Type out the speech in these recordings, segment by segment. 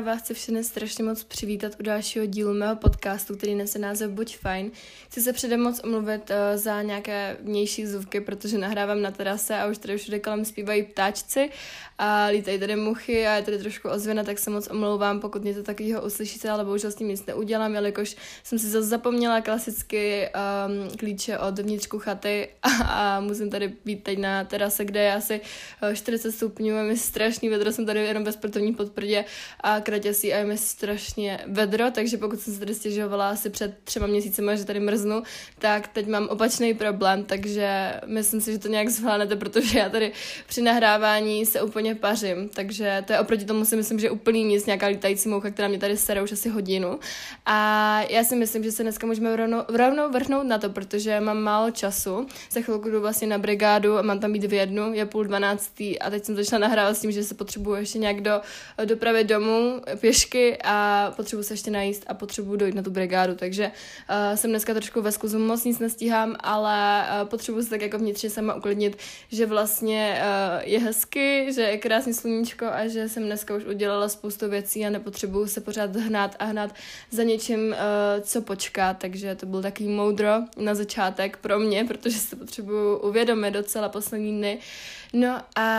vás chci všechny strašně moc přivítat u dalšího dílu mého podcastu, který nese název Buď fajn. Chci se předem moc omluvit za nějaké vnější zvuky, protože nahrávám na terase a už tady všude kolem zpívají ptáčci a lítají tady muchy a je tady trošku ozvěna, tak se moc omlouvám, pokud něco takového uslyšíte, ale bohužel s tím nic neudělám, jelikož jsem si zase zapomněla klasicky klíče od vnitřku chaty a musím tady být teď na terase, kde je asi 40 stupňů a mi strašný vedro, jsem tady jenom bez sportovní podprdě a kratěsí a je mi strašně vedro, takže pokud jsem se tady stěžovala asi před 3 měsícema, že tady mrznu, tak teď mám opačný problém, takže myslím si, že to nějak zvládnete, protože já tady při nahrávání se úplně pařím, takže to je oproti tomu si myslím, že úplný nic, nějaká lítající moucha, která mě tady sere už asi hodinu a já si myslím, že se dneska můžeme rovnou vrhnout na to, protože mám málo času, za chvilku jdu vlastně na brigádu a mám tam být v 1, je 11:30 a teď jsem začala nahrávat s tím, že se potřebuji ještě nějak dopravit domů pěšky a potřebuji se ještě najíst a potřebuji dojít na tu brigádu, takže jsem dneska trošku ve skluzu, moc nic nestíhám, ale potřebuji se tak jako vnitřně sama uklidnit, že vlastně je hezky, že je krásný sluníčko a že jsem dneska už udělala spoustu věcí a nepotřebuji se pořád hnát za něčím, co počká, takže to byl takový moudro na začátek pro mě, protože se potřebuji uvědomit docela poslední dny. No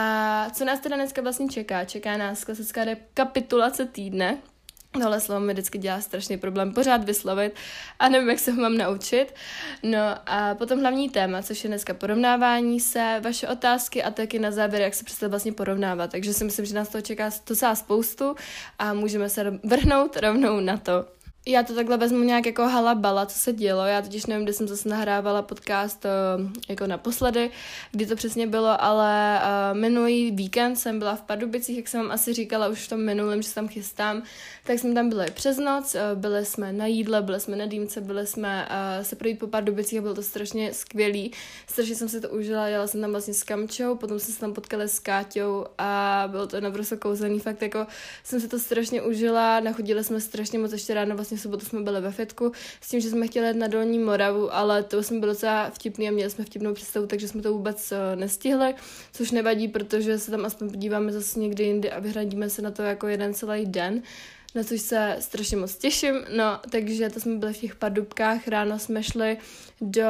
a co nás teda dneska vlastně čeká? Čeká nás klasická rekapitulace týdne. Tohle slovo mi vždycky dělá strašný problém pořád vyslovit a nevím, jak se ho mám naučit. No a potom hlavní téma, což je dneska porovnávání se, vaše otázky a taky na závěr, jak se přestat vlastně porovnávat. Takže si myslím, že nás toho čeká docela spoustu a můžeme se vrhnout rovnou na to. Já to takhle vezmu nějak jako halabala, co se dělo. Já totiž nevím, kde jsem zase nahrávala podcast jako naposledy, kdy to přesně bylo, ale minulý víkend jsem byla v Pardubicích, jak jsem vám asi říkala už v tom minulém, že se tam chystám, tak jsme tam byli přes noc, byli jsme na jídle, byli jsme na dýmce, byli jsme se projít po Pardubicích a bylo to strašně skvělý. Strašně jsem si to užila, jela jsem tam vlastně s Kamčou, potom jsme se tam potkali s Káťou a bylo to naprosto kouzelný, fakt jako jsem si to strašně užila, nachodili jsme strašně moc, ještě ráno vlastně v sobotu jsme byli ve fitku s tím, že jsme chtěli jít na Dolní Moravu, ale to jsme byli docela vtipný a měli jsme vtipnou představu, takže jsme to vůbec nestihli, což nevadí, protože se tam aspoň podíváme zase někdy jindy a vyhradíme se na to jako jeden celý den, na což se strašně moc těším. No, takže to jsme byli v těch Pardubkách, ráno jsme šli do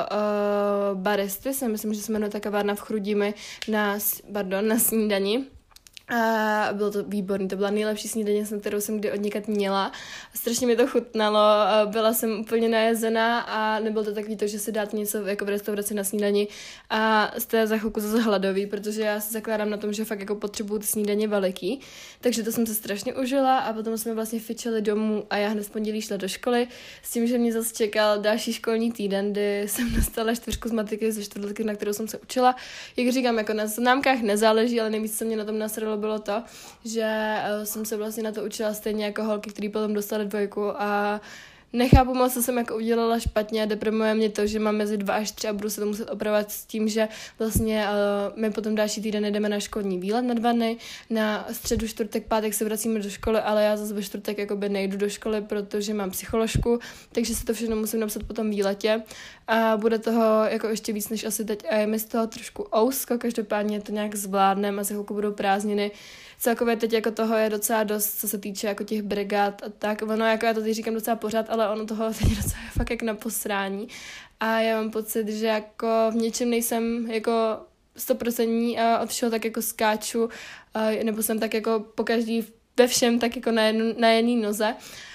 baristy, si myslím, že se jmenuje ta kavárna v Chrudimi na snídani. A bylo to výborný, to byla nejlepší snídaně, kterou jsem kdy odněkat měla. Strašně mi to chutnalo, byla jsem úplně najezená a nebylo to takový to, že si dáte něco jako v restauraci na snídani a jste za chvilku zase hladový, protože já se zakládám na tom, že fakt jako potřebuju ty snídaně veliký. Takže to jsem se strašně užila a potom jsme vlastně fičeli domů a já hned v pondělí šla do školy s tím, že mě zase čekal další školní týden, kdy jsem dostala 4 z matiky ze 4, na kterou jsem se učila. Jak říkám, jako na známkách nezáleží, ale nejvíc se mě na tom nasralo bylo to, že jsem se vlastně na to učila stejně jako holky, který potom dostali 2 a nechápu moc, co jsem jako udělala špatně, deprimuje mě to, že mám mezi 2 až 3 a budu se to muset opravovat s tím, že vlastně my potom další týden jdeme na školní výlet na 2 dny, na středu, čtvrtek, pátek se vracíme do školy, ale já zase ve čtvrtek jakoby nejdu do školy, protože mám psycholožku, takže si to všechno musím napsat po tom výletě a bude toho jako ještě víc než asi teď a je mi z toho trošku ousko, každopádně to nějak zvládnem a za chvilku budou prázdniny. Celkově teď jako toho je docela dost, co se týče jako těch brigád a tak. Ono, jako já to teď říkám docela pořád, ale ono toho teď docela je fakt jak na posrání. A já mám pocit, že jako v něčem nejsem jako 100% a od všeho tak jako skáču, nebo jsem tak jako pokaždý ve všem tak jako na jedné noze.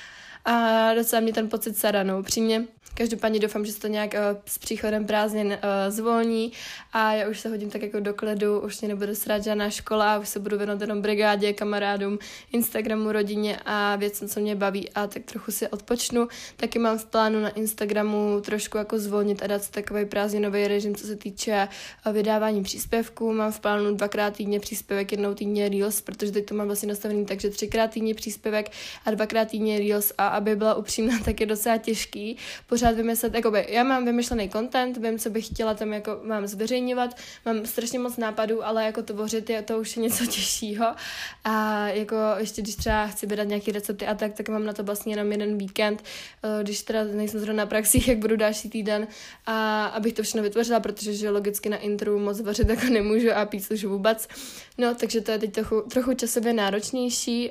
A docela mě ten pocit saranou. Upřímně. Každopádně doufám, že se to nějak s příchodem prázdnin zvolní a já už se hodím tak jako do klidu, už mě nebude srát žádná škola, už se budu věnovat jenom brigádě, kamarádům, Instagramu, rodině a věcem, co mě baví a tak trochu si odpočnu. Taky mám v plánu na Instagramu trošku jako zvolnit a dát si takový prázdninový režim, co se týče vydávání příspěvků. Mám v plánu 2x týdně příspěvek, 1 týdně Reels, protože teď to mám vlastně nastavený, takže 3x týdně příspěvek a 2x týdně Reels a aby byla upřímná, tak je docela těžký pořád vymyslet, jakoby já mám vymyšlený content, vím, co bych chtěla tam jako mám zveřejňovat, mám strašně moc nápadů, ale jako tvořit to už je něco těžšího a jako ještě když třeba chci vydat nějaký recepty a tak mám na to vlastně jenom jeden víkend, když teda nejsem zrovna na praxích, jak budu další týden a abych to všechno vytvořila, protože že logicky na intru moc vařit jako nemůžu a pít už vůbec. No, takže to je teď trochu časově náročnější,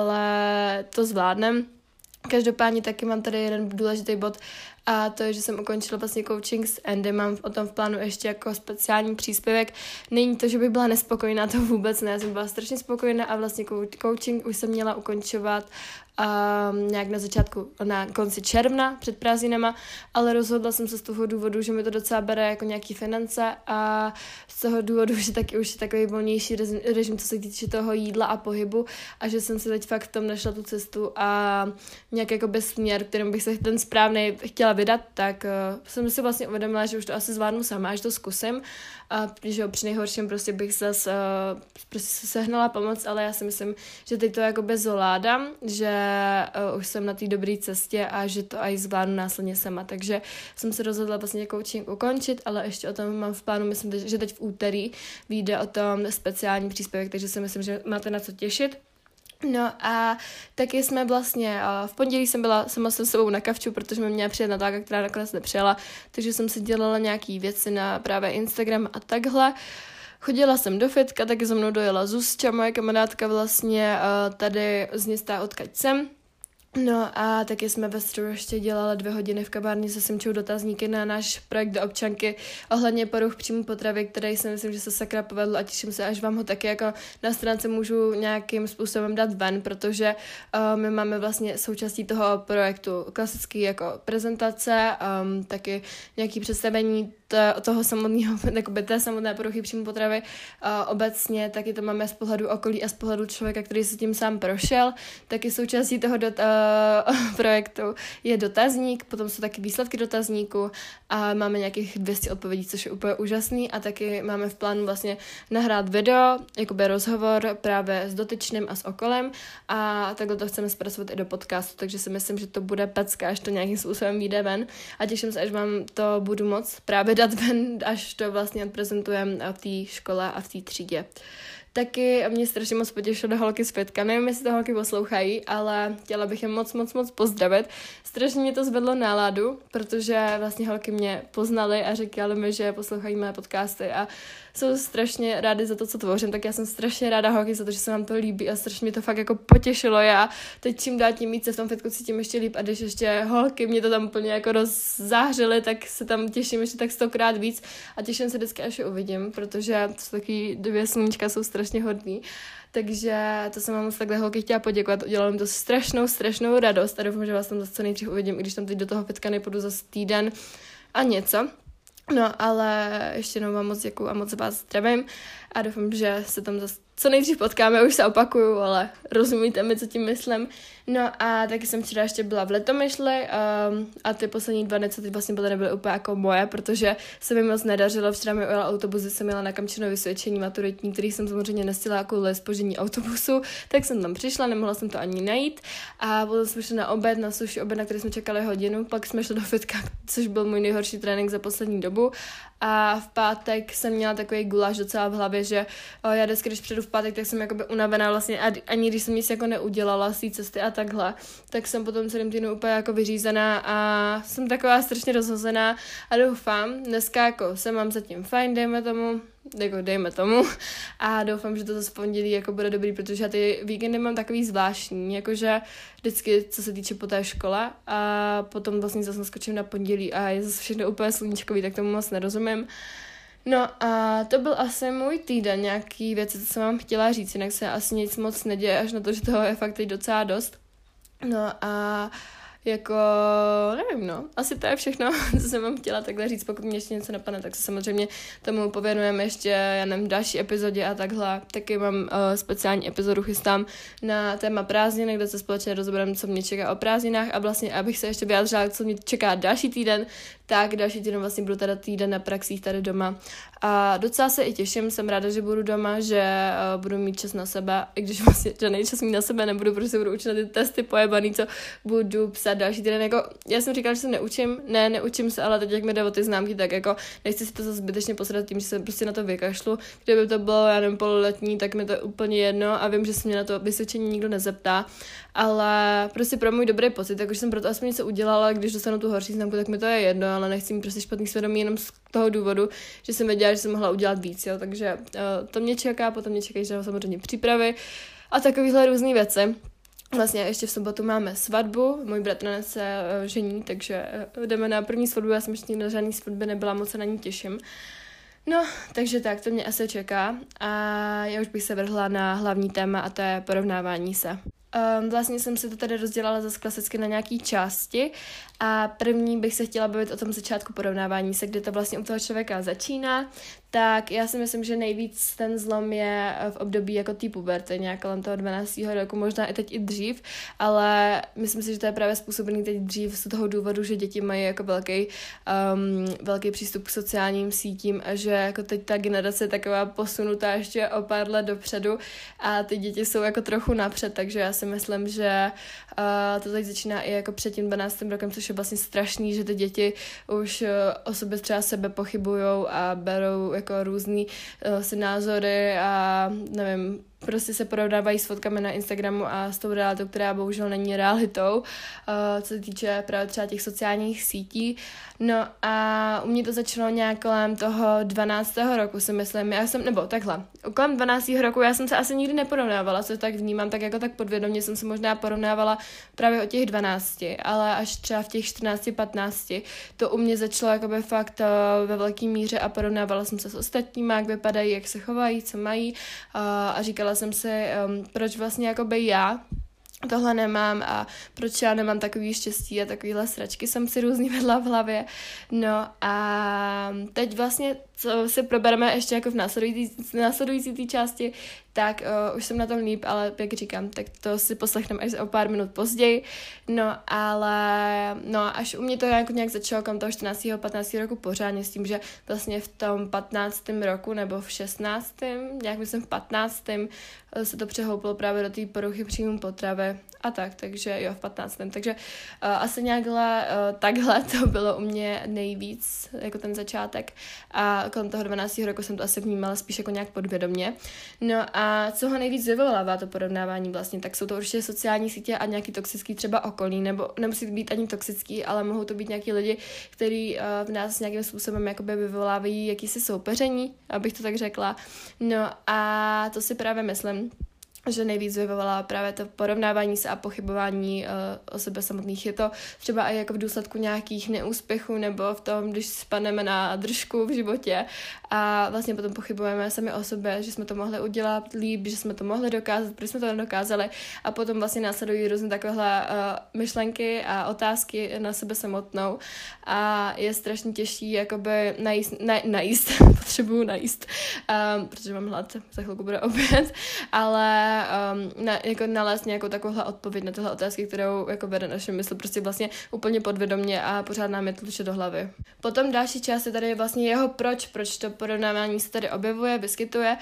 ale to zvládnem. Každopádně taky mám tady jeden důležitý bod a to je, že jsem ukončila vlastně coaching s Andy, mám o tom v plánu ještě jako speciální příspěvek. Není to, že bych byla nespokojená, to vůbec ne, já jsem byla strašně spokojená a vlastně coaching už jsem měla ukončovat nějak na konci června před prázdninama, ale rozhodla jsem se z toho důvodu, že mi to docela bere jako nějaký finance a z toho důvodu, že taky už je takový volnější režim, co se týče toho jídla a pohybu a že jsem si teď fakt v tom našla tu cestu a nějak jako bez směr, kterým bych se ten správný chtěla vydat, tak jsem si vlastně uvědomila, že už to asi zvládnu sama, že to zkusím a že při nejhorším prostě bych zase prostě sehnala pomoc, ale já si myslím, že teď to jako bez zvládám, že už jsem na té dobré cestě a že to aj zvládnu následně sama, takže jsem se rozhodla vlastně coaching ukončit, ale ještě o tom mám v plánu, myslím, že teď v úterý vyjde o tom speciální příspěvek, takže si myslím, že máte na co těšit. No a taky jsme vlastně, v pondělí jsem byla sama se sebou na kavču, protože mi měla přijet Natálka, která nakonec nepřijela, takže jsem si dělala nějaký věci na právě Instagram a takhle. Chodila jsem do fitka, taky za mnou dojela Zuzča, moje kamarádka vlastně tady z města, odkud jsem. No a taky jsme ve středu ještě dělali 2 hodiny v kavárně se Simčou dotazníky na náš projekt do občanky ohledně poruch příjmu potravy, který si myslím, že se sakra povedl a těším se, až vám ho taky jako na stránce můžu nějakým způsobem dát ven, protože my máme vlastně součástí toho projektu klasický jako prezentace, taky nějaký představení toho samotného, jakoby té samotné poruchy příjmu potravy. Obecně taky to máme z pohledu okolí a z pohledu člověka, který se tím sám prošel. Taky součástí toho projektu je dotazník, potom jsou taky výsledky dotazníku a máme nějakých 200 odpovědí, což je úplně úžasný a taky máme v plánu vlastně nahrát video, jakoby rozhovor právě s dotyčným a s okolem a takhle to chceme zpracovat i do podcastu, takže si myslím, že to bude pecka, až to nějakým způsobem vyjde ven a těším se, až vám to budu moc právě dát ven, až to vlastně odprezentujeme v té škole a v té třídě. Taky mě strašně moc potěšilo holky z Fitka. Nevím, jestli to holky poslouchají, ale chtěla bych je moc pozdravit. Strašně mě to zvedlo náladu, protože vlastně holky mě poznaly a říkali mi, že poslouchají mé podcasty a jsou strašně rádi za to, co tvořím, tak já jsem strašně ráda holky za to, že se vám to líbí a strašně mě to fakt jako potěšilo. Já teď čím dál tím více v tom Fitku cítím ještě líp a když ještě holky mě to tam úplně jako rozzářily, tak se tam těším ještě tak 100krát víc a těším se vždycky, až je uvidím, protože to jsou taky 2 sluníčka, jsou strašně hodný. Takže to jsem vám moc takhle holky chtěla poděkovat, udělala mi to strašnou radost a doufám, že vás tam zase co nejdřív uvidím, i když tam teď do toho Fitka nepůjdu zase týden a něco. No, ale ještě jednou vám moc děkuju a moc vás zdravím a doufám, že se tam zase co nejdřív potkáme, už se opakuju, ale rozumíte mi, co tím myslím. No a taky jsem včera ještě byla v Letomyšli a ty poslední 2 dny, co teď vlastně byly, nebyly úplně jako moje, protože se mi moc nedařilo. Včera mi ujel autobus, jsem jela na Kamčino vysvědčení maturitní, který jsem samozřejmě nestihla kvůli zpoždění autobusu, tak jsem tam přišla, nemohla jsem to ani najít a potom jsme šli na oběd, na sushi oběd, na který jsme čekali hodinu, pak jsme šli do Fitka, což byl můj nejhorší trénink za poslední dobu a v pátek jsem měla takový guláš docela v hlavě, že já vždycky, když přijdu v pátek, tak jsem jakoby unavená vlastně a ani když jsem nic jako neudělala z té cesty a takhle, tak jsem potom celým týdnu úplně jako vyřízená a jsem taková strašně rozhozená a doufám, dneska jako se mám zatím fajn, dejme tomu a doufám, že to zase v pondělí jako bude dobrý, protože já ty víkendy mám takový zvláštní, jakože vždycky, co se týče po té škole a potom vlastně zase naskočím na pondělí a je zase všechno úplně sluníčkový, tak tomu moc nerozumím. No a to byl asi můj týden, nějaký věci, co jsem vám chtěla říct, jinak se asi nic moc neděje, až na to, že toho je fakt teď docela dost. No a jako, nevím, no, asi to je všechno, co jsem vám chtěla takhle říct, pokud mě ještě něco napadne, tak se samozřejmě tomu pověnujeme ještě, já nevím, další epizodě a takhle, taky mám speciální epizodu chystám na téma prázdnin, kde se společně rozebereme, co mě čeká o prázdninách a vlastně, abych se ještě vyjádřila, co mě čeká další týden, tak další týden vlastně budu teda týden na praxích tady doma. A docela se i těším, jsem ráda, že budu doma, že budu mít čas na sebe, i když vlastně žádný čas mít na sebe nebudu, protože budu učit na ty testy pojebaný, co budu psát další týden. Jako, já jsem říkala, že se neučím se, ale teď jak mi jde o ty známky, tak jako nechci si to zase zbytečně posrat tím, že se prostě na to vykašlu. Kdyby to bylo, já nevím, pololetní, tak mi to je úplně jedno a vím, že se mě na to vysvědčení nikdo nezeptá, ale prostě pro můj dobrý pocit, takže jsem proto aspoň něco udělala, když dostanu tu horší známku, tak mi to je jedno, ale nechci mít prostě špatný svědomí jenom z toho důvodu, že jsem věděla, že jsem mohla udělat víc, jo, takže to mě čeká, potom mě čekají samozřejmě přípravy a takovéhle různé věci. Vlastně ještě v sobotu máme svatbu, můj bratranec se žení, takže jdeme na první svatbu, já jsem ještě nikdy na žádný svatbě nebyla, moc se na ní těším. No, takže tak, to mě asi čeká a já už bych se vrhla na hlavní téma a to je porovnávání se. Vlastně jsem si to tady rozdělala zase klasicky na nějaký části a první bych se chtěla bavit o tom začátku porovnávání se, kde to vlastně u toho člověka začíná, tak já si myslím, že nejvíc ten zlom je v období jako té puberty, nějak kolem toho 12. roku, možná i teď i dřív, ale myslím si, že to je právě způsobený teď dřív z toho důvodu, že děti mají jako velký přístup k sociálním sítím a že jako teď ta generace je taková posunutá ještě o pár let dopředu a ty děti jsou jako trochu napřed, takže já si myslím, že to teď začíná i jako před tím 12. rokem, což je vlastně strašný, že ty děti už o sobě třeba sebe pochybujou a berou jako různý si názory a nevím, prostě se porovnávají s fotkami na Instagramu a s tou realitou, která bohužel není realitou, co se týče právě třeba těch sociálních sítí. No a u mě to začalo nějak kolem toho 12. roku, si myslím. Kolem 12. roku já jsem se asi nikdy neporovnávala, co tak vnímám, tak jako tak podvědomě jsem se možná porovnávala právě o těch 12, ale až třeba v těch 14, 15 to u mě začalo jakoby fakt ve velké míře a porovnávala jsem se s ostatními, jak vypadají, jak se chovají, co mají a říkala jsem si, proč vlastně jakoby já tohle nemám a proč já nemám takový štěstí a takovýhle sračky jsem si různý vedla v hlavě. No a teď vlastně, co si probereme ještě jako v následující té části, tak už jsem na tom líp, ale jak říkám, tak to si poslechneme až o pár minut později. No až u mě to nějak začalo kolem toho 14. 15. roku pořádně s tím, že vlastně v tom 15. roku nebo v 16. nějak myslím v 15. se to přehoupilo právě do té poruchy příjmu potravy a takže jo, v 15. Takže asi nějakhle takhle to bylo u mě nejvíc, jako ten začátek a kolem toho 12. roku jsem to asi vnímala spíš jako nějak podvědomě. No a co ho nejvíc vyvolává to porovnávání vlastně, tak jsou to určitě sociální sítě a nějaký toxický třeba okolí, nebo nemusí být ani toxický, ale mohou to být nějaký lidi, kteří v nás nějakým způsobem jakoby vyvolávají jakýsi soupeření, abych to tak řekla. No a to si právě myslím, že nejvíc vyvolala právě to porovnávání se a pochybování o sebe samotných. Je to třeba i jako v důsledku nějakých neúspěchů nebo v tom, když spadneme na držku v životě a vlastně potom pochybujeme sami o sobě, že jsme to mohli udělat líp, že jsme to mohli dokázat, proč jsme to nedokázali a potom vlastně následují různé takovéhle myšlenky a otázky na sebe samotnou a je strašně těžší jakoby najíst, potřebuju najíst, protože mám hlad, za chvilku bude oběd, ale jako nalézt nějakou takovouhle odpověď na tyhle otázky, kterou jako vede naše mysl prostě vlastně úplně podvědomě a pořád nám je tluče do hlavy. Potom další část je tady vlastně jeho proč to porovnávání se tady objevuje, vyskytuje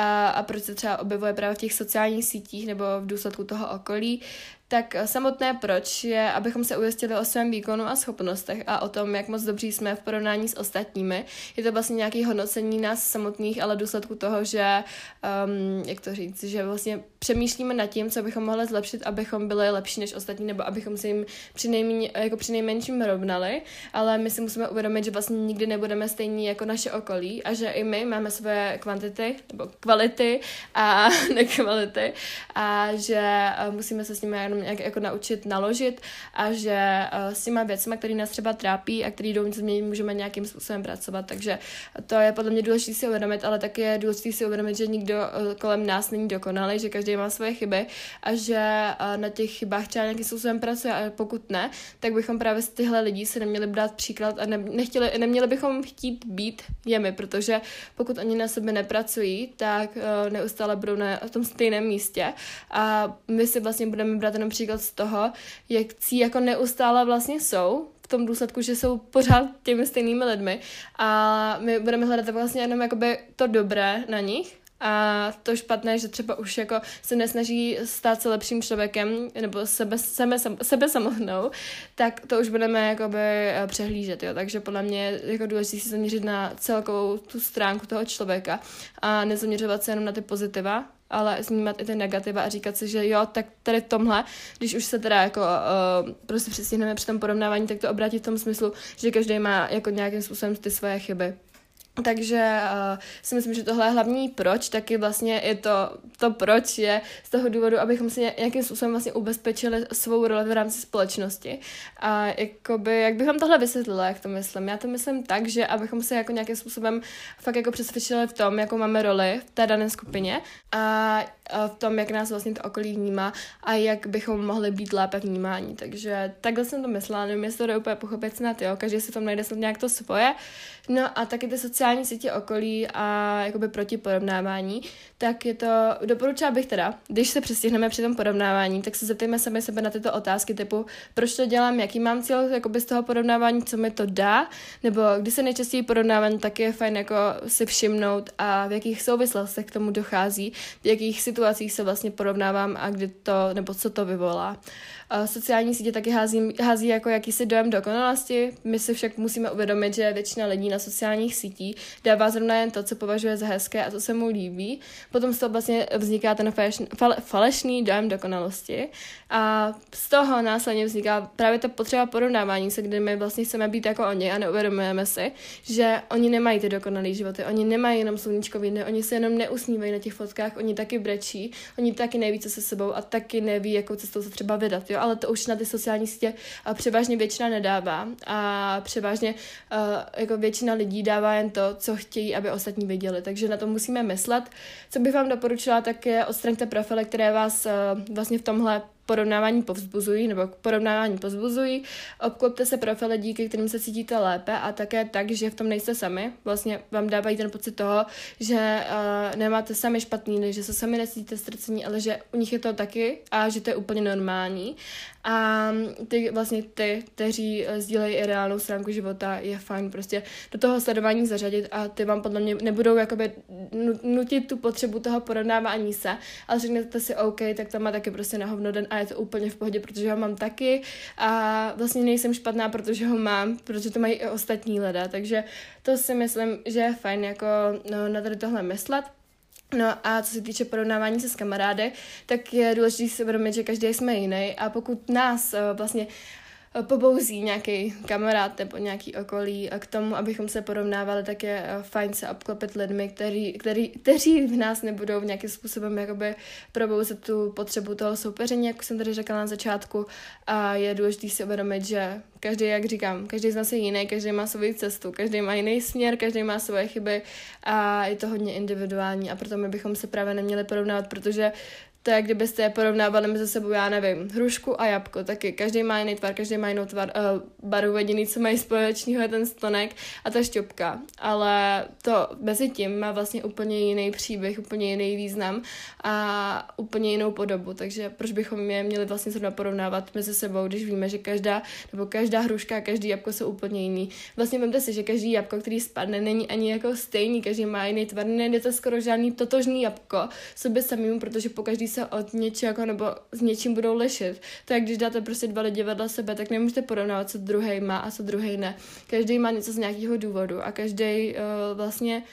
a proč se třeba objevuje právě v těch sociálních sítích nebo v důsledku toho okolí. Tak samotné proč je, abychom se ujistili o svém výkonu a schopnostech a o tom, jak moc dobří jsme v porovnání s ostatními. Je to vlastně nějaké hodnocení nás samotných, ale v důsledku toho, že, jak to říct, že vlastně přemýšlíme nad tím, co bychom mohli zlepšit, abychom byli lepší než ostatní, nebo abychom se jim přinejmenším rovnali, ale my si musíme uvědomit, že vlastně nikdy nebudeme stejní jako naše okolí a že i my máme své kvantity, nebo kvality a nekvality a že musíme se s nimi jenom nějak jako naučit naložit a že s těma věcmi, které nás třeba trápí a které jdou změnit, můžeme nějakým způsobem pracovat, takže to je podle mě důležité si uvědomit, ale taky je důležité si uvědomit, že nikdo kolem nás není dokonalý, že každý má svoje chyby a že na těch chybách třeba nějakým způsobem pracuje a pokud ne, tak bychom právě z tyhle lidí se neměli brát příklad a neměli bychom chtít být jemi, protože pokud oni na sebe nepracují, tak neustále budou na tom stejném místě a my si vlastně budeme brát jenom příklad z toho, jak jako neustále vlastně jsou v tom důsledku, že jsou pořád těmi stejnými lidmi a my budeme hledat vlastně jenom jakoby to dobré na nich a to špatné, že třeba už jako se nesnaží stát se lepším člověkem nebo sebe samotnou, tak to už budeme jakoby přehlížet, jo. Takže podle mě je jako důležité si zaměřit na celkovou tu stránku toho člověka a nezaměřovat se jenom na ty pozitiva, ale vnímat i ty negativa a říkat si, že jo, tak tady v tomhle, když už se teda jako prostě přestihneme při tom porovnávání, tak to obrátit v tom smyslu, že každý má jako nějakým způsobem ty svoje chyby. Takže si myslím, že tohle je hlavní proč, taky vlastně je to proč je z toho důvodu, abychom si nějakým způsobem vlastně ubezpečili svou roli v rámci společnosti. A jakoby, jak bych vám tohle vysvětlila, jak to myslím? Já to myslím tak, že abychom se jako nějakým způsobem fakt jako přesvědčili v tom, jakou máme roli v té dané skupině a v tom, jak nás vlastně to okolí vnímá a jak bychom mohli být lépe vnímáni. Takže takhle jsem to myslela, nevím, jestli to jde úplně pochopit snad, jo, každý si tam najde snad nějak to svoje. No a taky ty sociální sítě okolí a jakoby proti porovnávání, tak je to, doporučila bych teda, když se přestihneme při tom porovnávání, tak se zeptejme sami sebe na tyto otázky typu, proč to dělám, jaký mám cíl jakoby z toho porovnávání, co mi to dá, nebo když se nejčastěji porovnávám, tak je fajn jako si všimnout a v jakých souvislostech k tomu dochází, v jakých situacích se vlastně porovnávám a kdy to, nebo co to vyvolá. Sociální sítě taky hází jako jakýsi dojem dokonalosti. My si však musíme uvědomit, že většina lidí na sociálních sítích dává zrovna jen to, co považuje za hezké a co se mu líbí. Potom z toho vlastně vzniká ten falešný dojem dokonalosti a z toho následně vzniká právě ta potřeba porovnávání se, kdy my vlastně chceme být jako oni a neuvědomujeme si, že oni nemají ty dokonalé životy, oni nemají jenom sluníčkový dny, oni se jenom neusmívají na těch fotkách, oni taky brečí, oni taky neví, co se sebou a taky neví, jakou cestou se třeba vydat, jo? Ale to už na ty sociální sítě převážně většina nedává a převážně jako většina lidí dává jen to, co chtějí, aby ostatní viděli, takže na to musíme myslet. Co bych vám doporučila, tak je odstraňte profily, které vás vlastně v tomhle porovnávání povzbuzují nebo k porovnávání povzbuzují. Obklopte se profily, díky kterým se cítíte lépe a také tak, že v tom nejste sami. Vlastně vám dávají ten pocit toho, že nemáte sami špatný, že se sami necítíte ztracení, ale že u nich je to taky a že to je úplně normální. A ty, kteří sdílejí i reálnou stránku života, je fajn prostě do toho sledování zařadit a ty vám podle mě nebudou jakoby nutit tu potřebu toho porovnávání se, ale řeknete si OK, tak to má taky prostě na hovno den a je to úplně v pohodě, protože ho mám taky a vlastně nejsem špatná, protože ho mám, protože to mají i ostatní lidé, takže to si myslím, že je fajn jako na tady tohle myslet. No a co se týče porovnávání se s kamarády, tak je důležité si uvědomit, že každý jsme jiný a pokud nás vlastně pobouzí nějaký kamarád nebo nějaký okolí a k tomu, abychom se porovnávali, tak je fajn se obklopit lidmi, kteří v nás nebudou nějakým způsobem jakoby probouzet tu potřebu toho soupeření, jak jsem tady řekla na začátku, a je důležité si uvědomit, že každý, jak říkám, každý z nás je jiný, každý má svou cestu, každý má jiný směr, každý má svoje chyby a je to hodně individuální a proto my bychom se právě neměli porovnávat, protože to je, kdybyste je porovnávali mezi sebou, já nevím, hrušku a jabko, taky každý má jiný tvar, každý má jinou barvu, jediný, co mají společného, je ten stonek a ta šťopka, ale to mezi tím má vlastně úplně jiný příběh, úplně jiný význam a úplně jinou podobu, takže proč bychom je měli vlastně zrovna porovnávat mezi sebou, když víme, že každá hruška a každý jabko jsou úplně jiný. Vlastně vemte si, že každý jabko, který spadne, není ani jako stejný, každý má jiný tvar, nenajdete skoro žádný totožný jabko sobě samým, protože pokaždý se od něčeho nebo s něčím budou lišit. To je, když dáte prostě dva lidi vedle sebe, tak nemůžete porovnávat, co druhej má a co druhej ne. Každý má něco z nějakého důvodu a každý vlastně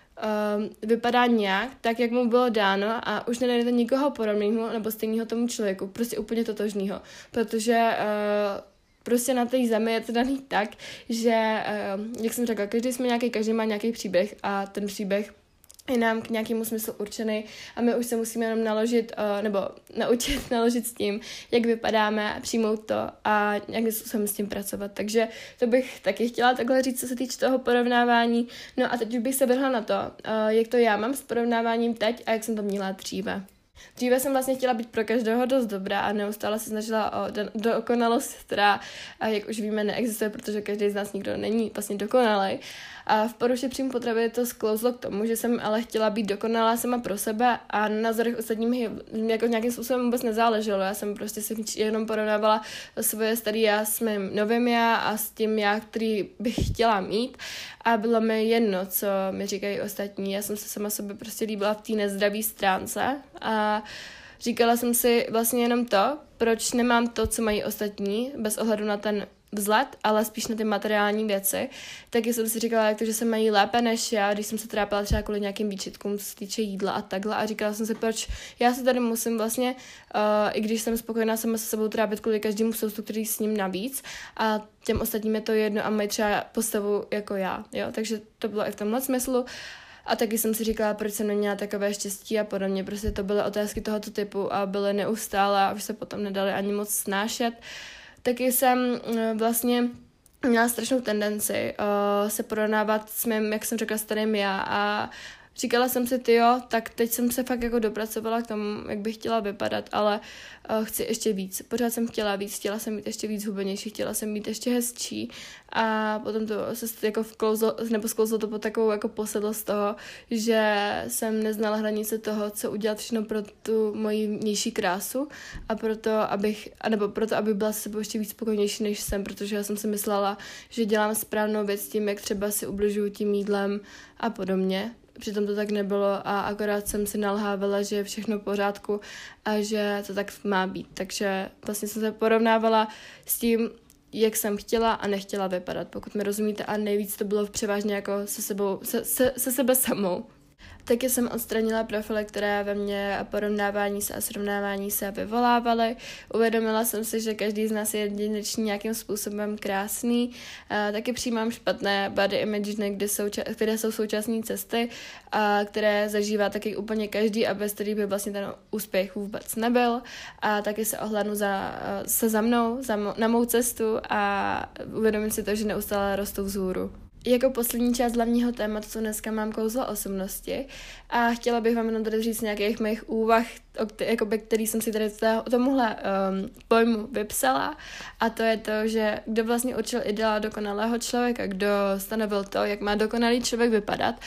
vypadá nějak, tak jak mu bylo dáno a už nenajdete nikoho podobného nebo stejného tomu člověku, prostě úplně totožného, protože prostě na té zemi je to daný tak, že, jak jsem řekla, každý má nějaký příběh a ten příběh je nám k nějakému smyslu určený a my už se musíme jenom naučit naložit s tím, jak vypadáme, přijmout to a nějakým způsobem s tím pracovat. Takže to bych taky chtěla takhle říct, co se týče toho porovnávání. No a teď už bych se vrhla na to, jak to já mám s porovnáváním teď a jak jsem to měla dříve. Dříve jsem vlastně chtěla být pro každého dost dobrá a neustále se snažila o dokonalost, která, jak už víme, neexistuje, protože každý z nás nikdo není vlastně dokonalý. A v poruše příjmu potravy to sklouzlo k tomu, že jsem ale chtěla být dokonalá sama pro sebe a na názorech ostatních jako nějakým způsobem vůbec nezáleželo. Já jsem prostě si jenom porovnávala svoje staré já s mým novým já a s tím já, který bych chtěla mít a bylo mi jedno, co mi říkají ostatní. Já jsem se sama sobě prostě líbila v té nezdravé stránce a říkala jsem si vlastně jenom to, proč nemám to, co mají ostatní, bez ohledu na ten vzhled, ale spíš na ty materiální věci. Taky jsem si říkala, jak to, že se mají lépe než já, když jsem se trápila třeba kvůli nějakým výčitkům, co se týče jídla a takhle. A říkala jsem si, proč já se tady musím vlastně, i když jsem spokojená sama se sebou, trápit kvůli každému soustu, který s ním navíc. A těm ostatním je to jedno a mají třeba postavu jako já. Jo? Takže to bylo i v tomhle smyslu. A taky jsem si říkala, proč jsem neměla takové štěstí a podobně. Prostě to byly otázky tohoto typu a byly neustále a už se potom nedaly ani moc snášet. Taky jsem vlastně měla strašnou tendenci se porovnávat s mým, jak jsem řekla, starým já a říkala jsem si, tak teď jsem se fakt jako dopracovala k tomu, jak bych chtěla vypadat, ale chci ještě víc. Pořád jsem chtěla víc, chtěla jsem být ještě víc hubenější, chtěla jsem být ještě hezčí a potom to se jako sklouzlo to pod takovou jako posedlost toho, že jsem neznala hranice toho, co udělat všechno pro tu moji vnější krásu a proto, aby byla s sebou ještě víc spokojnější, než jsem, protože já jsem si myslela, že dělám správnou věc tím, jak třeba si ubližuju tím jídlem a podobně. Přitom to tak nebylo a akorát jsem si nalhávala, že je všechno v pořádku a že to tak má být. Takže vlastně jsem se porovnávala s tím, jak jsem chtěla a nechtěla vypadat, pokud mi rozumíte. A nejvíc to bylo převážně jako se sebe samou. Taky jsem odstranila profily, které ve mně porovnávání se a srovnávání se vyvolávaly. Uvědomila jsem si, že každý z nás je jedinečný nějakým způsobem krásný. Taky přijímám špatné body image, které jsou současné cesty, které zažívá taky úplně každý a bez kterých by vlastně ten úspěch vůbec nebyl. A taky se ohlédnu za mnou, na mou cestu a uvědomím si to, že neustále rostou vzhůru. Jako poslední část hlavního tématu, co dneska mám kouzlo osobnosti a chtěla bych vám jenom tady říct nějakých mých úvah, který jsem si tady tomuhle pojmu vypsala a to je to, že kdo vlastně určil ideál dokonalého člověka, kdo stanovil to, jak má dokonalý člověk vypadat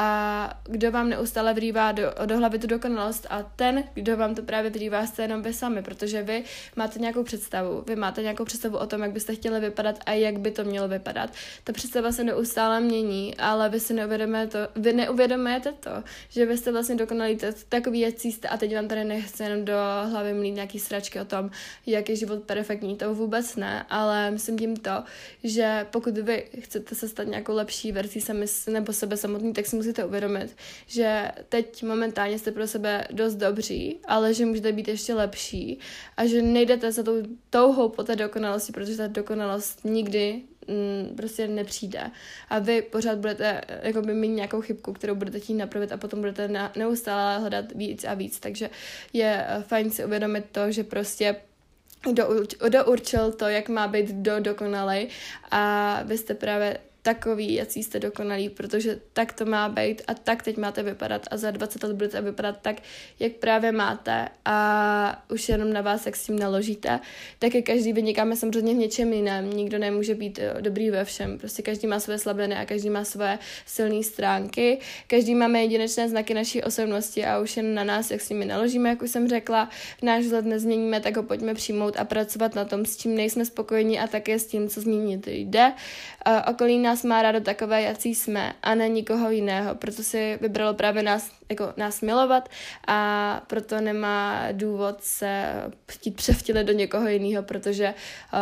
a kdo vám neustále vrývá do hlavy tu dokonalost a ten, kdo vám to právě vrývá, jste jenom vy sami, protože vy máte nějakou představu o tom, jak byste chtěli vypadat a jak by to mělo vypadat. Ta představa se neustále mění, ale vy si neuvědomujete to, že vy jste vlastně dokonalí takový, jak jste a teď vám tady nechci jenom do hlavy mlít nějaký sračky o tom, jak je život perfektní, to vůbec ne, ale myslím tím to, že pokud vy chcete se stát nějakou lepší verzí sami nebo sebe samotný, tak si musíte uvědomit, že teď momentálně jste pro sebe dost dobří, ale že můžete být ještě lepší a že nejdete za tou touhou po té dokonalosti, protože ta dokonalost nikdy prostě nepřijde. A vy pořád budete mít nějakou chybku, kterou budete chtít napravit a potom budete neustále hledat víc a víc. Takže je fajn si uvědomit to, že prostě kdo určil to, jak má být dokonalej a vy jste právě takový, jací jste dokonalí, protože tak to má být a tak teď máte vypadat a za 20 let budete vypadat tak, jak právě máte a už jenom na vás, jak s tím naložíte. Taky každý vynikáme samozřejmě v něčem jiném, nikdo nemůže být dobrý ve všem, prostě každý má své slabiny a každý má své silné stránky, každý máme jedinečné znaky naší osobnosti a už jen na nás, jak s nimi naložíme, jak už jsem řekla, náš vzhled nezměníme, tak ho pojďme přijmout a pracovat na tom, s čím nejsme spokojení a také s tím, co změnit jde. Okolí nás má rádo takové, jací jsme a ne nikoho jiného, proto si vybralo právě nás milovat a proto nemá důvod se chtít převtělit do někoho jiného, protože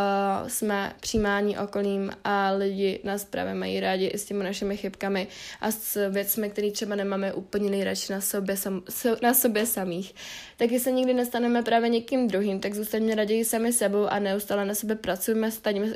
jsme přijímáni okolím a lidi nás právě mají rádi i s těmi našimi chybkami a s věcmi, které třeba nemáme úplně nejradši na sobě samých. Taky se nikdy nestaneme právě někým druhým, tak zůstaňme raději sami sebou a neustále na sebe pracujeme,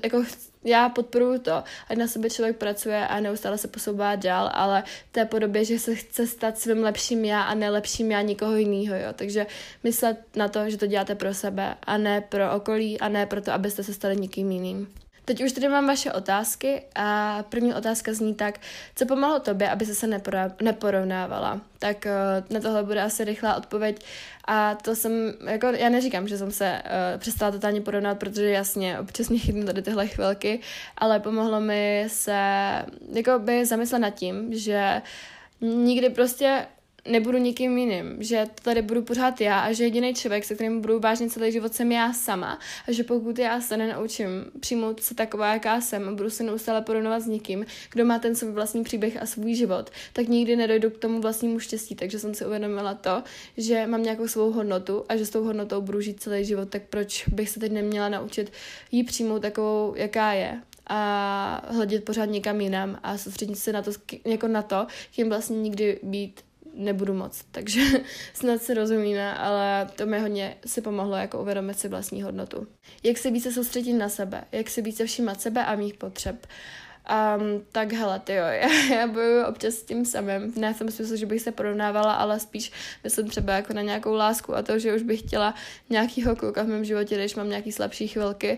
já podporuji to, ať na sebe člověk pracuje a neustále se posouvá dál, ale v té podobě, že se chce stát svým lepším já a nelepším já nikoho jiného, jo. Takže myslet na to, že to děláte pro sebe a ne pro okolí a ne pro to, abyste se stali někým jiným. Teď už tady mám vaše otázky a první otázka zní tak, co pomohlo tobě, aby se neporovnávala. Tak na tohle bude asi rychlá odpověď a to jsem, jako já neříkám, že jsem se přestala totálně porovnat, protože jasně, občas mě chytnu tady tyhle chvilky, ale pomohlo mi se jako by zamyslet nad tím, že nikdy prostě nebudu nikým jiným, že tady budu pořád já a že jediný člověk, se kterým budu vážně celý život, jsem já sama a že pokud já se nenaučím přijmout se taková, jaká jsem a budu se neustále porovnávat s někým, kdo má ten svůj vlastní příběh a svůj život, tak nikdy nedojdu k tomu vlastnímu štěstí, takže jsem si uvědomila to, že mám nějakou svou hodnotu a že s tou hodnotou budu žít celý život, tak proč bych se teď neměla naučit jí přijmout takovou, jaká je a hledět pořád někam jinam a soustředit se na to, jako na to, kým vlastně nikdy být nebudu moc, takže snad se rozumíme, ale to mi hodně si pomohlo jako uvědomit si vlastní hodnotu. Jak se více soustředit na sebe, jak se více všímat sebe a mých potřeb. Tak hele, tyjo, já bojuju občas s tím samým, ne v tom smyslu, že bych se porovnávala, ale spíš myslím třeba jako na nějakou lásku a to, že už bych chtěla nějakýho kluka v mém životě, když mám nějaký slabší chvilky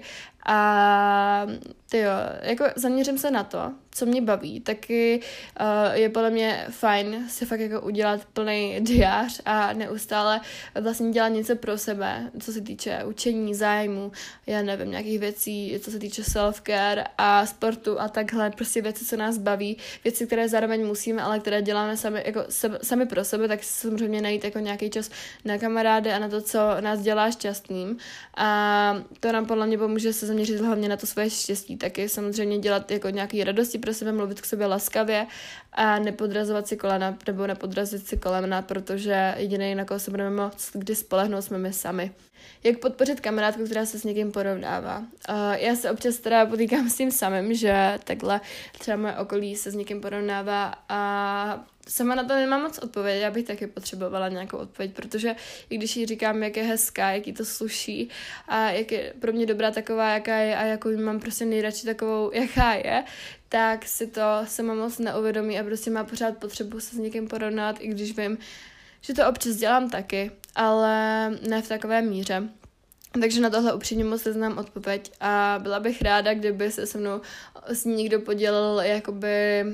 a tyjo, jako zaměřím se na to, co mě baví, taky je podle mě fajn si fakt jako udělat plný diář a neustále vlastně dělat něco pro sebe, co se týče učení, zájmu, já nevím, nějakých věcí, co se týče self-care a sportu a takhle, prostě věci, co nás baví, věci, které zároveň musíme, ale které děláme sami pro sebe, tak samozřejmě najít jako nějaký čas na kamarády a na to, co nás dělá šťastným a to nám podle mě pomůže se zaměřit hlavně na to svoje štěstí, taky samozřejmě dělat jako nějaký radosti pro sebe, mluvit k sobě laskavě a nepodrazovat si kolena nebo nepodrazit si kolena, protože jediný, na koho se budeme moct kdy spolehnout, jsme my sami. Jak podpořit kamarádku, která se s někým porovnává? Já se občas teda potýkám s tím samým, že takhle třeba moje okolí se s někým porovnává a sama na to nemám moc odpověď, já bych taky potřebovala nějakou odpověď, protože i když jí říkám, jak je hezká, jak jí to sluší a jak je pro mě dobrá taková, jaká je a jakou mám prostě nejradši takovou, jaká je, tak si to sama moc neuvědomí a prostě má pořád potřebu se s někým porovnat, i když vím, že to občas dělám taky, ale ne v takové míře. Takže na tohle upřímně moc neznám odpověď a byla bych ráda, kdyby se se mnou s ní někdo podělil jakoby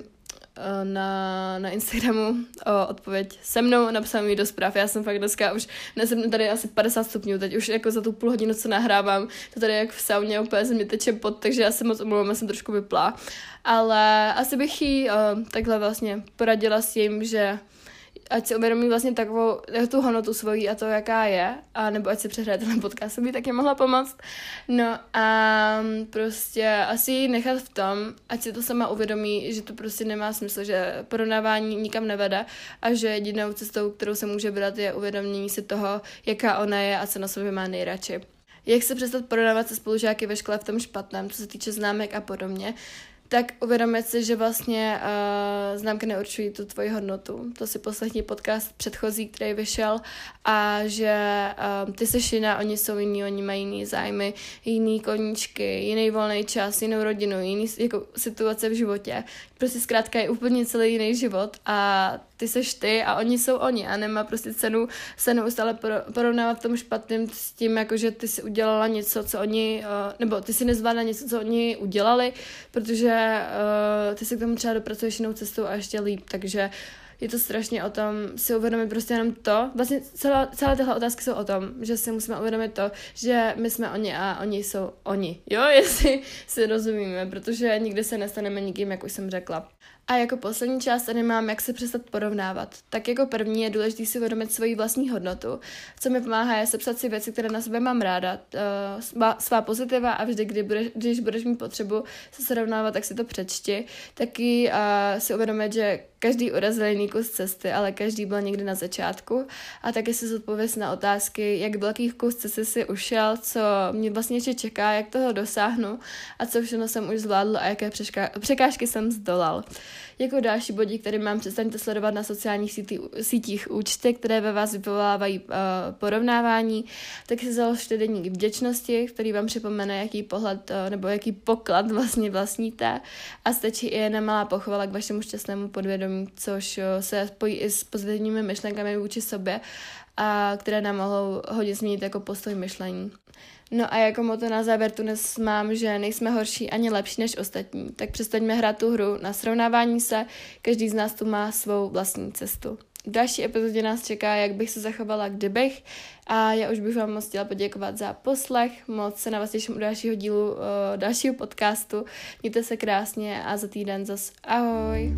na Instagramu o odpověď se mnou, napsal mi do zpráv. Já jsem fakt dneska už nesem tady asi 50 stupňů, teď už jako za tu půl hodinu, co nahrávám, to tady jak v sauně úplně se mi teče pot, takže já se moc omlouvám, já jsem trošku vyplá. Ale asi bych jí takhle vlastně poradila s tím, že ať si uvědomí vlastně takovou tu hodnotu svojí a to, jaká je, a nebo ať si přehraje ten podcast, by taky mohla pomoct. No a prostě asi ji nechat v tom, ať si to sama uvědomí, že to prostě nemá smysl, že porovnávání nikam nevede a že jedinou cestou, kterou se může vydat, je uvědomění si toho, jaká ona je a co na sobě má nejradši. Jak se přestat porovnávat se spolužáky ve škole v tom špatném, co se týče známek a podobně, tak uvědomit si, že vlastně známky neurčují tu tvoji hodnotu. To si poslechni podcast předchozí, který vyšel a že ty jsi jiná, oni jsou jiní, oni mají jiný zájmy, jiný koníčky, jiný volný čas, jinou rodinu, jiný jako situace v životě. Prostě zkrátka je úplně celý jiný život a ty seš ty a oni jsou oni a nemá prostě cenu se neustále porovnávat v tom špatným s tím, jako že ty si udělala něco, co oni, nebo ty si nezvládla něco, co oni udělali, protože ty se k tomu třeba dopracuješ jinou cestou a ještě líp, takže je to strašně o tom si uvědomit prostě jenom to, vlastně celé tyhle otázky jsou o tom, že si musíme uvědomit to, že my jsme oni a oni jsou oni, jo, jestli si rozumíme, protože nikdy se nestaneme nikým, jak už jsem řekla. A jako poslední část tady mám, jak se přestat porovnávat. Tak jako první je důležité si uvědomit svoji vlastní hodnotu. Co mi pomáhá, je sepsat si věci, které na sebe mám ráda, svá pozitiva a vždy, když budeš mít potřebu se srovnávat, tak si to přečti. Taky si uvědomit, že každý urazil jiný kus cesty, ale každý byl někdy na začátku. A taky si zodpověz na otázky, jak velký kus cesty si ušel, co mě vlastně ještě čeká, jak toho dosáhnu a co všechno jsem už zvládl a jaké překážky jsem zdolal. Jako další bodík, který mám, přestaňte sledovat na sociálních sítích účty, které ve vás vyvolávají porovnávání, tak si založte deník vděčnosti, který vám připomene, jaký pohled nebo jaký poklad vlastně vlastníte a stačí i jedna malá pochvala k vašemu šťastnému podvědomí, což se spojí i s pozitivními myšlenkami vůči sobě a které nám mohou hodně změnit jako postoj myšlení. No a jako moto na závěr tu dnes mám, že nejsme horší ani lepší než ostatní, tak přestaňme hrát tu hru na srovnávání se, každý z nás tu má svou vlastní cestu. V další epizodě nás čeká, jak bych se zachovala, kdybych, a já už bych vám moc chtěla poděkovat za poslech, moc se na vás těším u dalšího dílu, dalšího podcastu, mějte se krásně a za týden zas ahoj.